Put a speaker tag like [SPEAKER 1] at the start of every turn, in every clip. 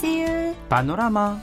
[SPEAKER 1] سيول
[SPEAKER 2] بانوراما.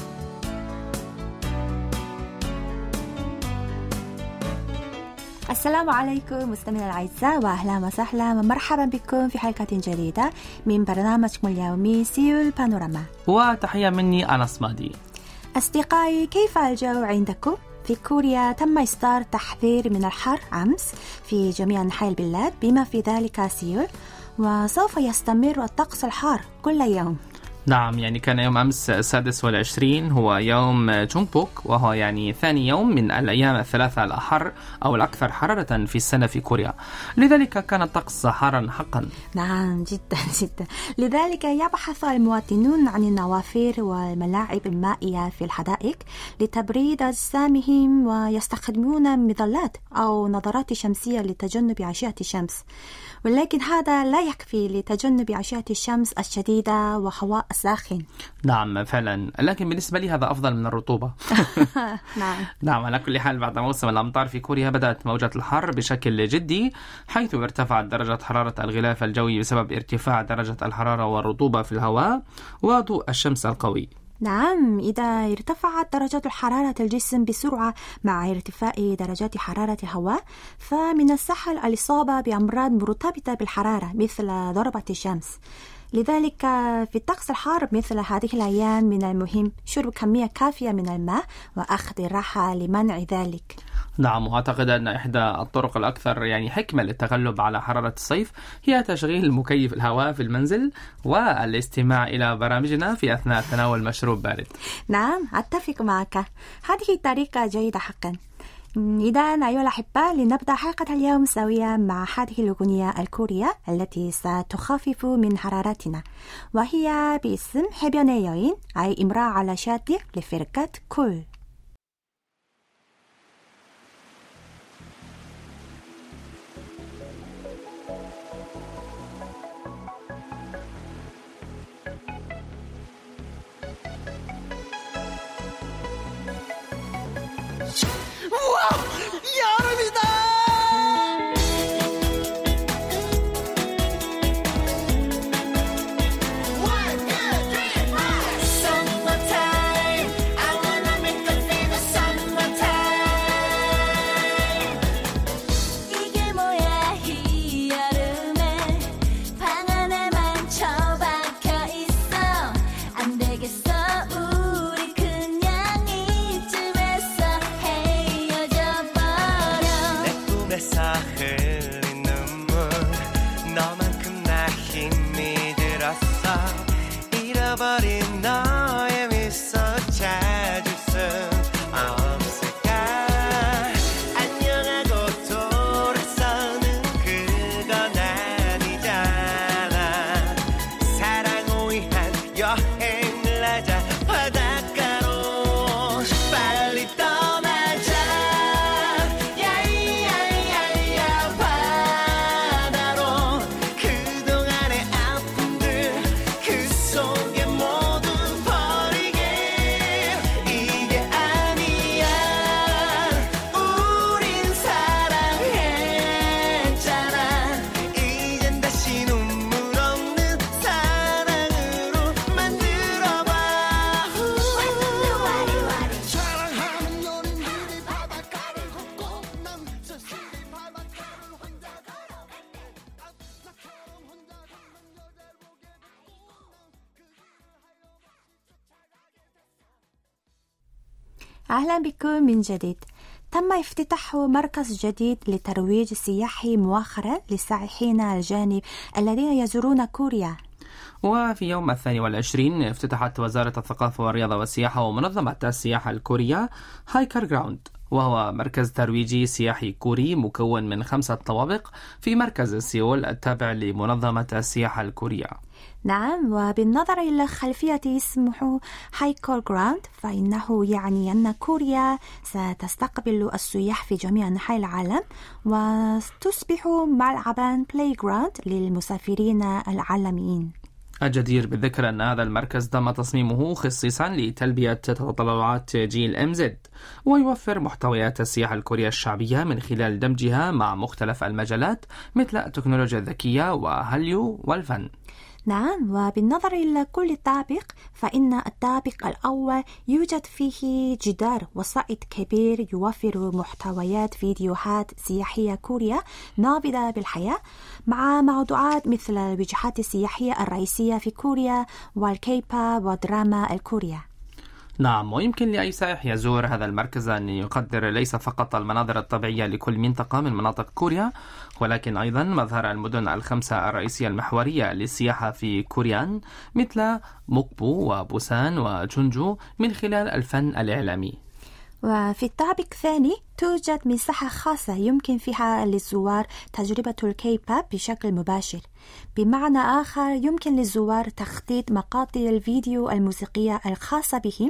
[SPEAKER 1] السلام عليكم مستمعينا الأعزاء وأهلا وسهلا ومرحبا بكم في حلقة جديدة من برنامجكم اليومي سيول بانوراما.
[SPEAKER 2] وتحية مني أنس مادي.
[SPEAKER 1] أصدقائي، كيف الجو عندكم؟ في كوريا تم إصدار تحذير من الحر أمس في جميع أنحاء البلاد بما في ذلك سيول، وسوف يستمر الطقس الحار كل يوم.
[SPEAKER 2] نعم، يعني كان يوم أمس 26 هو يوم جونبوك، وهو يعني ثاني يوم من الأيام الثلاثة الأحر أو الأكثر حرارة في السنة في كوريا، لذلك كان الطقس حارا حقا.
[SPEAKER 1] نعم جدا جدا، لذلك يبحث المواطنون عن النوافذ والملاعب المائية في الحدائق لتبريد أجسامهم، ويستخدمون مظلات أو نظارات شمسية لتجنب أشعة الشمس، ولكن هذا لا يكفي لتجنب أشعة الشمس الشديدة وهواء ساخن.
[SPEAKER 2] نعم فعلا، لكن بالنسبة لي هذا أفضل من الرطوبة. نعم، على كل حال بعد موسم الأمطار في كوريا بدأت موجة الحر بشكل جدي، حيث ارتفعت درجة حرارة الغلاف الجوي بسبب ارتفاع درجة الحرارة والرطوبة في الهواء وضوء الشمس القوي.
[SPEAKER 1] نعم، إذا ارتفعت درجات حرارة الجسم بسرعة مع ارتفاع درجات حرارة الهواء، فمن السهل الإصابة بأمراض مرتبطة بالحرارة مثل ضربة الشمس. لذلك في الطقس الحار مثل هذه الأيام من المهم شرب كمية كافية من الماء وأخذ الراحة لمنع ذلك.
[SPEAKER 2] نعم، وأعتقد أن إحدى الطرق الأكثر يعني حكمة للتغلب على حرارة الصيف هي تشغيل مكيف الهواء في المنزل والاستماع إلى برامجنا في أثناء تناول مشروب بارد.
[SPEAKER 1] نعم، أتفق معك، هذه طريقة جيدة حقا. إذا أيها الأحبة، لنبدأ حلقة اليوم سويا مع هذه الأغنية الكورية التي ستخفف من حرارتنا، وهي باسم 해변의 여인 أي امرأة على شاطئ لفرقة كول. أهلا بكم من جديد. تم افتتاح مركز جديد لترويج السياحي مؤخرا للسائحين الأجانب الذين يزورون كوريا.
[SPEAKER 2] وفي يوم 22 افتتحت وزارة الثقافة والرياضة والسياحة ومنظمة السياحة الكورية هايكر جراوند، وهو مركز ترويجي سياحي كوري مكون من 5 طوابق في مركز سيول التابع لمنظمة السياحة الكورية.
[SPEAKER 1] نعم، وبالنظر إلى خلفية اسمه هايكر جراوند فإنه يعني أن كوريا ستستقبل السياح في جميع أنحاء العالم وتصبح ملعبا بلاي جراوند للمسافرين العالميين.
[SPEAKER 2] الجدير بالذكر أن هذا المركز تم تصميمه خصيصا لتلبية تطلعات جيل MZ، ويوفر محتويات السياحة الكورية الشعبية من خلال دمجها مع مختلف المجالات مثل التكنولوجيا الذكية وهاليو والفن.
[SPEAKER 1] نعم، وبالنظر إلى كل طابق فإن الطابق الأول يوجد فيه جدار وصعيد كبير يوفر محتويات فيديوهات سياحية كوريا نابضة بالحياة مع موضوعات مثل الوجهات السياحية الرئيسية في كوريا والكيباب ودراما الكوريا.
[SPEAKER 2] نعم، ويمكن لأي سائح يزور هذا المركز أن يقدر ليس فقط المناظر الطبيعية لكل منطقة من مناطق كوريا، ولكن أيضا مظهر المدن ال5 الرئيسية المحورية للسياحة في كوريان مثل موكبو وبوسان وجونجو من خلال الفن الإعلامي.
[SPEAKER 1] وفي الطابق الثاني توجد مساحة خاصة يمكن فيها للزوار تجربة الكيباب بشكل مباشر. بمعنى آخر يمكن للزوار تخطيط مقاطع الفيديو الموسيقية الخاصة بهم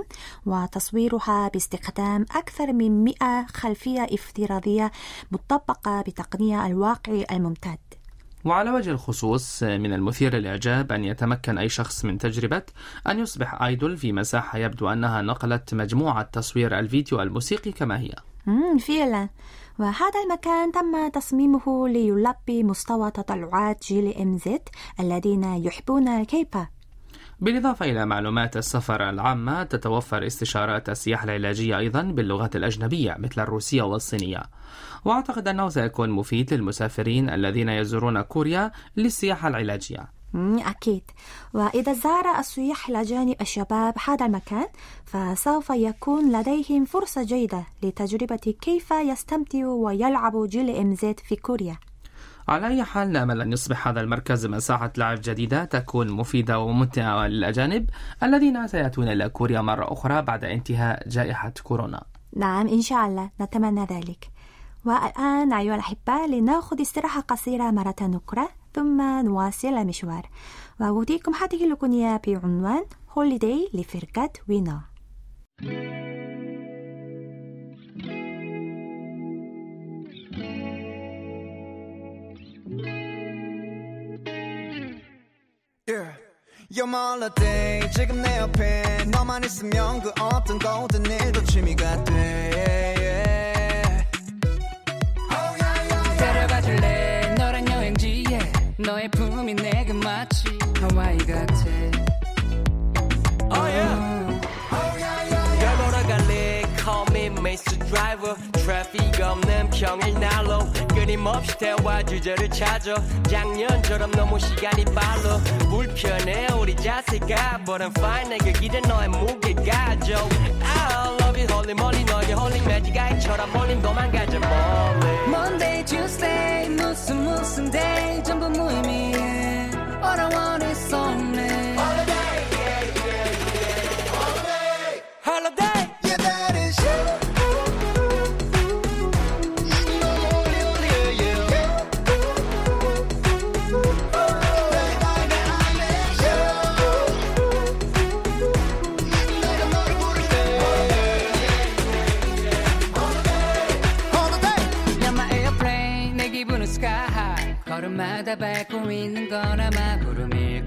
[SPEAKER 1] وتصويرها باستخدام أكثر من 100 خلفية افتراضية مطبقة بتقنية الواقع الممتد.
[SPEAKER 2] وعلى وجه الخصوص من المثير للإعجاب أن يتمكن أي شخص من تجربة أن يصبح آيدول في مساحة يبدو أنها نقلت مجموعة تصوير الفيديو الموسيقي كما هي.
[SPEAKER 1] فعلا، وهذا المكان تم تصميمه ليلبي مستوى تطلعات جيل MZ الذين يحبون الكيباب.
[SPEAKER 2] بالإضافة إلى معلومات السفر العامة تتوفر استشارات السياحة العلاجية أيضا باللغات الأجنبية مثل الروسية والصينية، وأعتقد أنه سيكون مفيد للمسافرين الذين يزورون كوريا للسياحة العلاجية.
[SPEAKER 1] أكيد، وإذا زار السياح الأجانب الشباب هذا المكان فسوف يكون لديهم فرصة جيدة لتجربة كيف يستمتع ويلعب جيل MZ في كوريا.
[SPEAKER 2] على أي حال نأمل أن يصبح هذا المركز مساحة لعب جديدة تكون مفيدة وممتعة للأجانب الذين سيأتون إلى كوريا مرة أخرى بعد انتهاء جائحة كورونا.
[SPEAKER 1] نعم، إن شاء الله نتمنى ذلك. والآن أيها الأحبة لنأخذ استراحة قصيرة مرة أخرى ثم نواصل المشوار، وأوديكم هذه الأغنية بعنوان هوليداي لفرقة وينر.
[SPEAKER 3] You're my holiday 지금 내 옆에 너만 있으면 그 어떤 거든 일도 취미가 돼.
[SPEAKER 4] 데려가줄래 너란 여행지에 너의 품이 내게 마치 하와이 같아. Oh yeah. 널 보러 갈래 Call me Mr. Driver 트래픽 없는 평일 날로 끊임없이 대화 주제를 찾아 작년처럼 너무 시간이 빨라 불편해 우리 자세가 But I'm fine 내게 기대 너의 무게가 줘 I love you holy moly 너의 holy magic 아이처럼 몰린 도망가자 멀리 Monday Tuesday 무슨 day 전부 무의미해 All I want is only Holiday yeah, yeah, yeah. Holiday Holiday
[SPEAKER 3] Yeah, that is you.
[SPEAKER 4] 걸음마다 밟고 있는 건 아마 구름일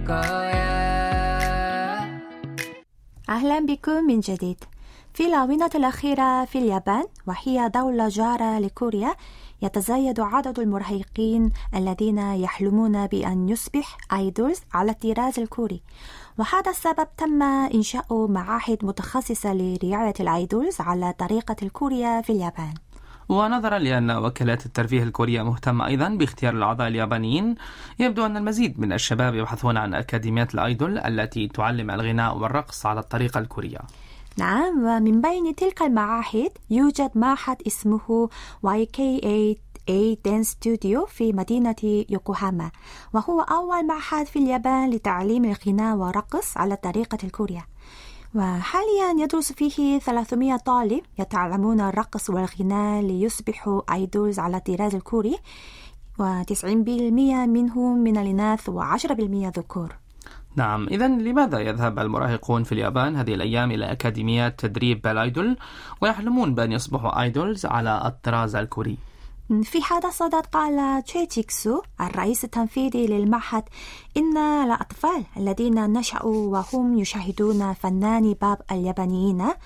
[SPEAKER 4] 거야.
[SPEAKER 1] أهلا بكم من جديد. في الآونة الأخيرة في اليابان وهي دولة جارة لكوريا يتزايد عدد المراهقين الذين يحلمون بأن يصبح آيدولز على الطراز الكوري، وهذا السبب تم إنشاء معاهد متخصصة لرعاية الآيدولز على طريقة الكوريا في اليابان.
[SPEAKER 2] ونظرا لأن وكالات الترفيه الكورية مهتمة أيضا باختيار الأعضاء اليابانيين، يبدو أن المزيد من الشباب يبحثون عن أكاديميات الآيدول التي تعلم الغناء والرقص على الطريقة الكورية.
[SPEAKER 1] نعم، ومن بين تلك المعاهد يوجد معهد اسمه YKA Dance Studio في مدينة يوكوهاما، وهو أول معهد في اليابان لتعليم الغناء والرقص على الطريقة الكورية. وحاليا يدرس فيه 300 طالب يتعلمون الرقص والغناء ليصبحوا آيدولز على الطراز الكوري، و90% منهم من الإناث و10% ذكور.
[SPEAKER 2] نعم، إذن لماذا يذهب المراهقون في اليابان هذه الأيام إلى أكاديميات تدريب الآيدول ويحلمون بأن يصبحوا آيدولز على الطراز الكوري؟
[SPEAKER 1] في هذا الصدد قال تشي جيكسو الرئيس التنفيذي للمعهد إن الأطفال الذين نشأوا وهم يشاهدون فنان باب اليابانيين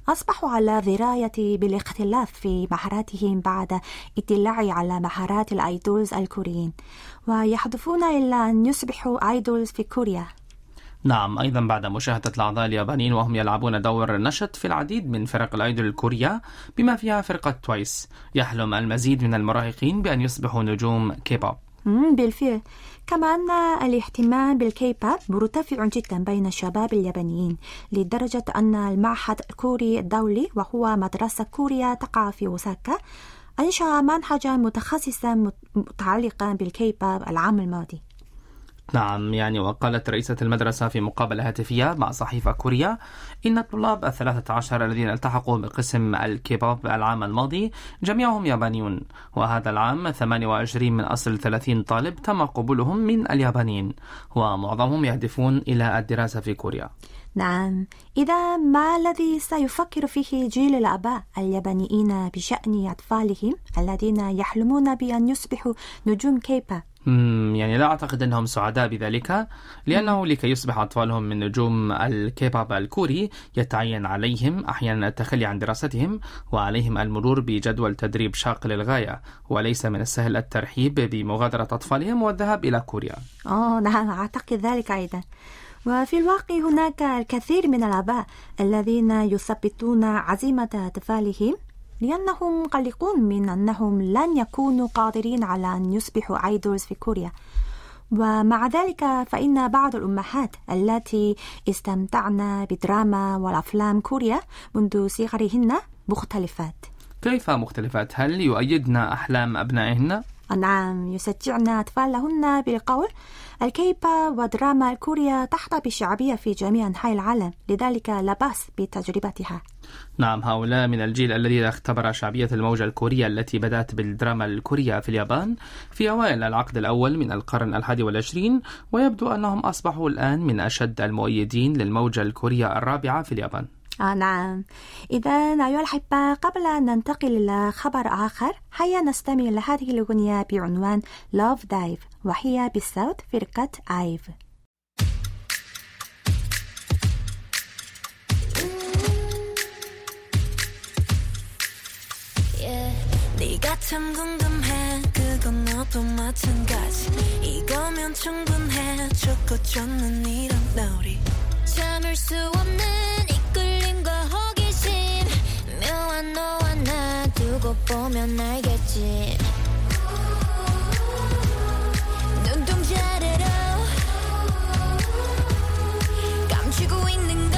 [SPEAKER 1] أصبحوا على دراية بالاختلاف في مهاراتهم بعد اطلاع على مهارات الأيدولز الكوريين، ويهدفون إلى أن يصبحوا أيدولز في كوريا.
[SPEAKER 2] نعم، أيضا بعد مشاهدة الأعضاء اليابانيين وهم يلعبون دور نشط في العديد من فرق الأيدول الكورية بما فيها فرقة توايس، يحلم المزيد من المراهقين بأن يصبحوا نجوم كيبوب.
[SPEAKER 1] بالفعل، كما أن الاهتمام بالكيبوب مرتفع جدا بين الشباب اليابانيين، لدرجة أن المعهد الكوري الدولي، وهو مدرسة كوريا تقع في أوساكا، أنشأ منهجا متخصصا متعلقا بالكيبوب العام الماضي.
[SPEAKER 2] نعم، وقالت رئيسة المدرسة في مقابلة هاتفية مع صحيفة كوريا إن الطلاب 13 الذين التحقوا بقسم الكيبوب العام الماضي جميعهم يابانيون، وهذا العام 28 من أصل 30 طالب تم قبولهم من اليابانيين، ومعظمهم يهدفون إلى الدراسة في كوريا.
[SPEAKER 1] نعم، إذا ما الذي سيفكر فيه جيل الآباء اليابانيين بشأن أطفالهم الذين يحلمون بأن يصبحوا نجوم كيبوب؟
[SPEAKER 2] لا أعتقد أنهم سعداء بذلك، لأنه لكي يصبح أطفالهم من نجوم الكيبوب الكوري يتعين عليهم أحيانا التخلي عن دراستهم، وعليهم المرور بجدول تدريب شاق للغاية، وليس من السهل الترحيب بمغادرة أطفالهم والذهاب إلى كوريا.
[SPEAKER 1] نعم، أعتقد ذلك أيضا. وفي الواقع هناك الكثير من الآباء الذين يثبتون عزيمة أطفالهم لأنهم قلقون من أنهم لن يكونوا قادرين على أن يصبحوا أيدولز في كوريا. ومع ذلك فإن بعض الأمهات التي استمتعن بدراما والأفلام كوريا منذ صغرهن مختلفات.
[SPEAKER 2] كيف مختلفات؟ هل يؤيدن أحلام أبنائهن؟
[SPEAKER 1] نعم، يشجعن أطفالهن بالقول الكيبوب ودراما الكوريا تحظى بشعبية في جميع أنحاء العالم، لذلك لا بأس بتجربتها.
[SPEAKER 2] نعم، هؤلاء من الجيل الذي اختبر شعبية الموجة الكورية التي بدأت بالدراما الكورية في اليابان في أوائل العقد الأول من القرن 21، ويبدو أنهم أصبحوا الآن من أشد المؤيدين للموجة الكورية الرابعة في اليابان.
[SPEAKER 1] نعم، إذا أيها الأحبة، قبل أن ننتقل إلى خبر آخر، هيا نستمع لهذه الأغنية بعنوان Love Dive، وهي بصوت فرقة آيف.
[SPEAKER 5] 네가 참 궁금해 그건 너도 마찬가지 이거면 충분해 좋고 좋는 이런 놀이 참을 수 없는 이끌림과 호기심 묘한 너와 나 두고 보면 알겠지 눈동자래로 감추고 있는 거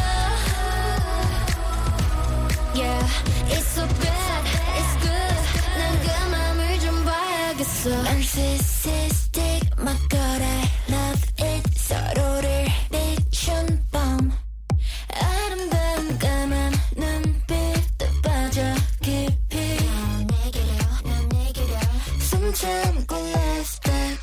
[SPEAKER 5] Yeah, it's so bad, it's good 난 그 맘을 좀 봐야겠어 Narcissistic, my God, I love it 서로를 vision bomb 아름다운 까만 눈빛도 빠져 깊이 난 내게로 숨 참고 last step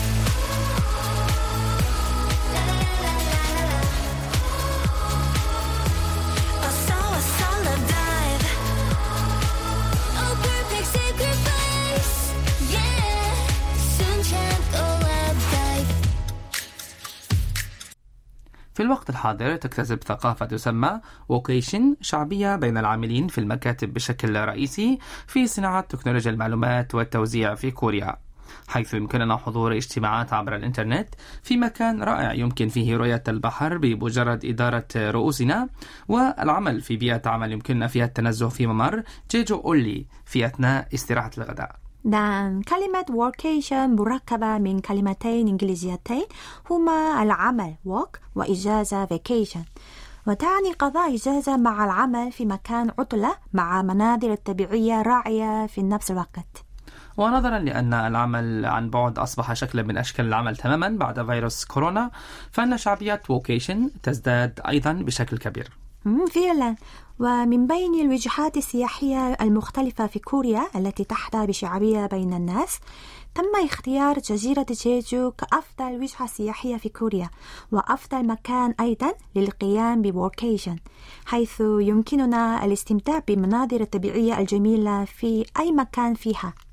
[SPEAKER 2] في الوقت الحاضر تكتسب ثقافة تسمى ووكيشن شعبية بين العاملين في المكاتب بشكل رئيسي في صناعة تكنولوجيا المعلومات والتوزيع في كوريا، حيث يمكننا حضور اجتماعات عبر الإنترنت في مكان رائع يمكن فيه رؤية البحر بمجرد إدارة رؤوسنا، والعمل في بيئة عمل يمكننا فيها التنزه في ممر جيجو أولي في أثناء استراحة الغداء.
[SPEAKER 1] نعم، كلمة workation مركبة من كلمتين إنجليزيتين هما العمل work وإجازة vacation، وتعني قضاء إجازة مع العمل في مكان عطلة مع مناظر طبيعية راعية في نفس الوقت.
[SPEAKER 2] ونظرا لأن العمل عن بعد أصبح شكلا من أشكال العمل تماما بعد فيروس كورونا، فإن شعبية ووكيشن تزداد أيضا بشكل كبير.
[SPEAKER 1] فعلا، ومن بين الوجهات السياحية المختلفة في كوريا التي تحظى بشعبية بين الناس، تم اختيار جزيرة جيجو كأفضل وجهة سياحية في كوريا وأفضل مكان أيضا للقيام بوركيشن، حيث يمكننا الاستمتاع بالمناظر الطبيعية الجميلة في أي مكان فيها.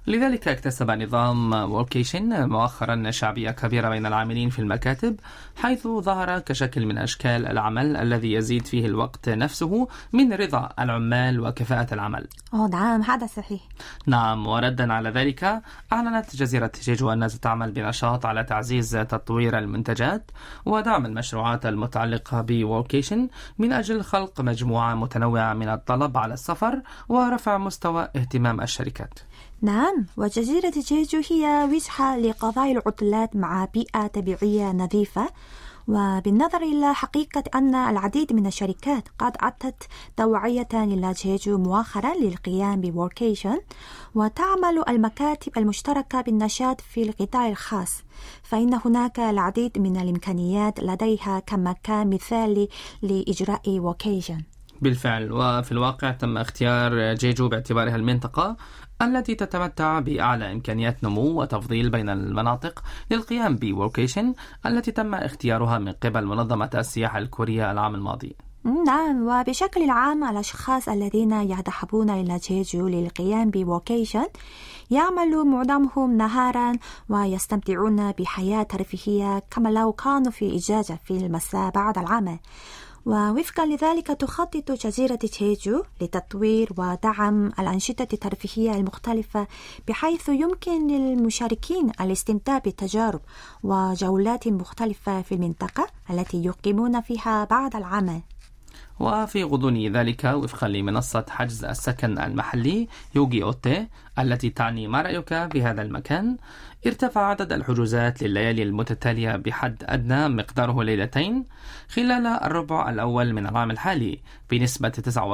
[SPEAKER 2] لذلك اكتسب نظام ووركيشن مؤخرا شعبية كبيرة بين العاملين في المكاتب، حيث ظهر كشكل من أشكال العمل الذي يزيد فيه الوقت نفسه من رضا العمال وكفاءة العمل.
[SPEAKER 1] نعم، هذا صحيح.
[SPEAKER 2] نعم، وردا على ذلك أعلنت جزيرة جيجو أنها ستعمل بنشاط على تعزيز تطوير المنتجات ودعم المشروعات المتعلقة بووركيشن من أجل خلق مجموعة متنوعة من الطلب على السفر ورفع مستوى اهتمام الشركات.
[SPEAKER 1] نعم، وجزيرة جيجو هي وجهة لقضاء العطلات مع بيئة طبيعية نظيفة، وبالنظر إلى حقيقة أن العديد من الشركات قد أعطت توعية إلى جيجو مؤخرا للقيام بوركيشن، وتعمل المكاتب المشتركة بالنشاط في القطاع الخاص، فإن هناك العديد من الإمكانيات لديها كمكان مثالي لإجراء ووركيشن.
[SPEAKER 2] بالفعل، وفي الواقع تم اختيار جيجو باعتبارها المنطقة التي تتمتع بأعلى إمكانيات نمو وتفضيل بين المناطق للقيام بوركيشن التي تم اختيارها من قبل منظمة السياحة الكورية العام الماضي.
[SPEAKER 1] نعم، وبشكل عام الأشخاص الذين يذهبون إلى جيجو للقيام بوركيشن يعمل معظمهم نهارا ويستمتعون بحياة ترفيهية كما لو كانوا في إجازة في المساء بعد العمل. ووفقا لذلك تخطط جزيرة جيجو لتطوير ودعم الأنشطة الترفيهية المختلفة، بحيث يمكن للمشاركين الاستمتاع بتجارب وجولات مختلفة في المنطقة التي يقيمون فيها بعد العمل.
[SPEAKER 2] وفي غضون ذلك، وفقا لمنصة حجز السكن المحلي يوغي أوتي التي تعني ما رأيك بهذا المكان، ارتفع عدد الحجوزات لليالي المتتالية بحد أدنى مقداره ليلتين خلال الربع الأول من العام الحالي بنسبة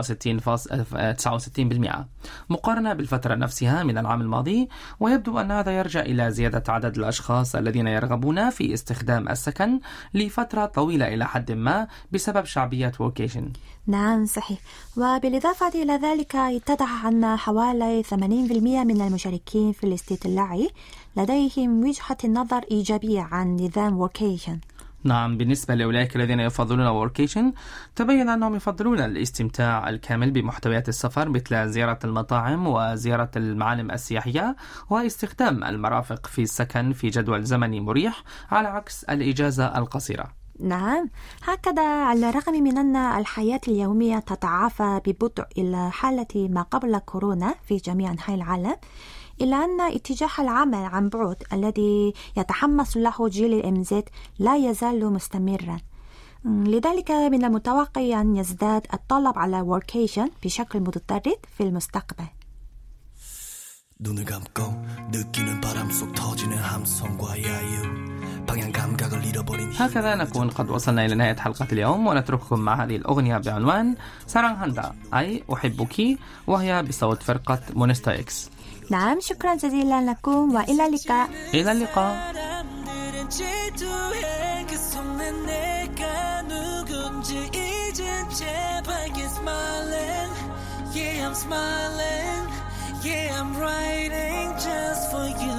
[SPEAKER 2] 69% مقارنة بالفترة نفسها من العام الماضي، ويبدو أن هذا يرجع إلى زيادة عدد الأشخاص الذين يرغبون في استخدام السكن لفترة طويلة إلى حد ما بسبب شعبية ووركيشن.
[SPEAKER 1] نعم صحيح، وبالإضافة إلى ذلك اتضح أن حوالي 80% من المشاركين في الاستطلاع لديهم وجهة نظر إيجابية عن نظام ووركيشن.
[SPEAKER 2] نعم، بالنسبة لأولئك الذين يفضلون ووركيشن تبين أنهم يفضلون الاستمتاع الكامل بمحتويات السفر مثل زيارة المطاعم وزيارة المعالم السياحية واستخدام المرافق في السكن في جدول زمني مريح على عكس الإجازة القصيرة.
[SPEAKER 1] نعم، هكذا على الرغم من أن الحياة اليومية تتعافى ببطء إلى حالة ما قبل كورونا في جميع أنحاء العالم، إلا أن اتجاه العمل عن بعد الذي يتحمس له جيل الإمزات لا يزال مستمرا. لذلك من المتوقع أن يزداد الطلب على ووركيشن بشكل متطرد في المستقبل.
[SPEAKER 3] 눈을 감고 느끼는 바람 속 터지는 함성과 야유 방향 감각을 잃어버린.
[SPEAKER 2] هكذا نكون قد وصلنا إلى نهاية حلقة اليوم، ونترككم مع هذه الأغنية بعنوان 사랑한다 أي أحبك، وهي بصوت فرقة مونستا إكس.
[SPEAKER 1] نعم، شكرا جزيلا لكم وإلى اللقاء.
[SPEAKER 2] إلى اللقاء.
[SPEAKER 4] Yeah, I'm writing just for you.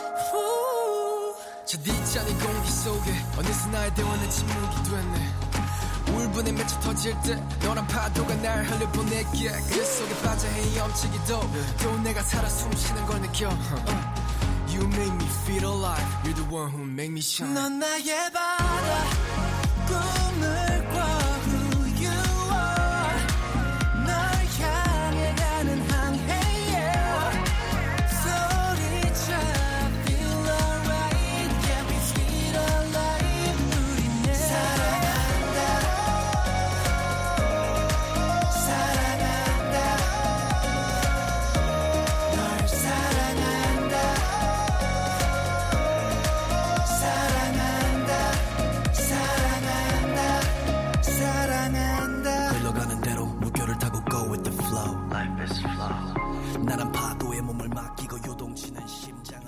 [SPEAKER 4] 저 뒤찮은 공기 속에 어느새 나의 대화는 침묵이 됐네. 울분에 맺혀 터질 때 너란 파도가 날 흘려보내기에 그 속에 빠져 헤엄치기도 또 내가 살아 숨쉬는 걸 느껴. You make me feel alive. You're the one who make me shine. 넌 나의 바다 꿈을 꿔. Who you are. 널 향해 가는 항해. 나란 파도에 몸을 맡기고 요동치는 심장을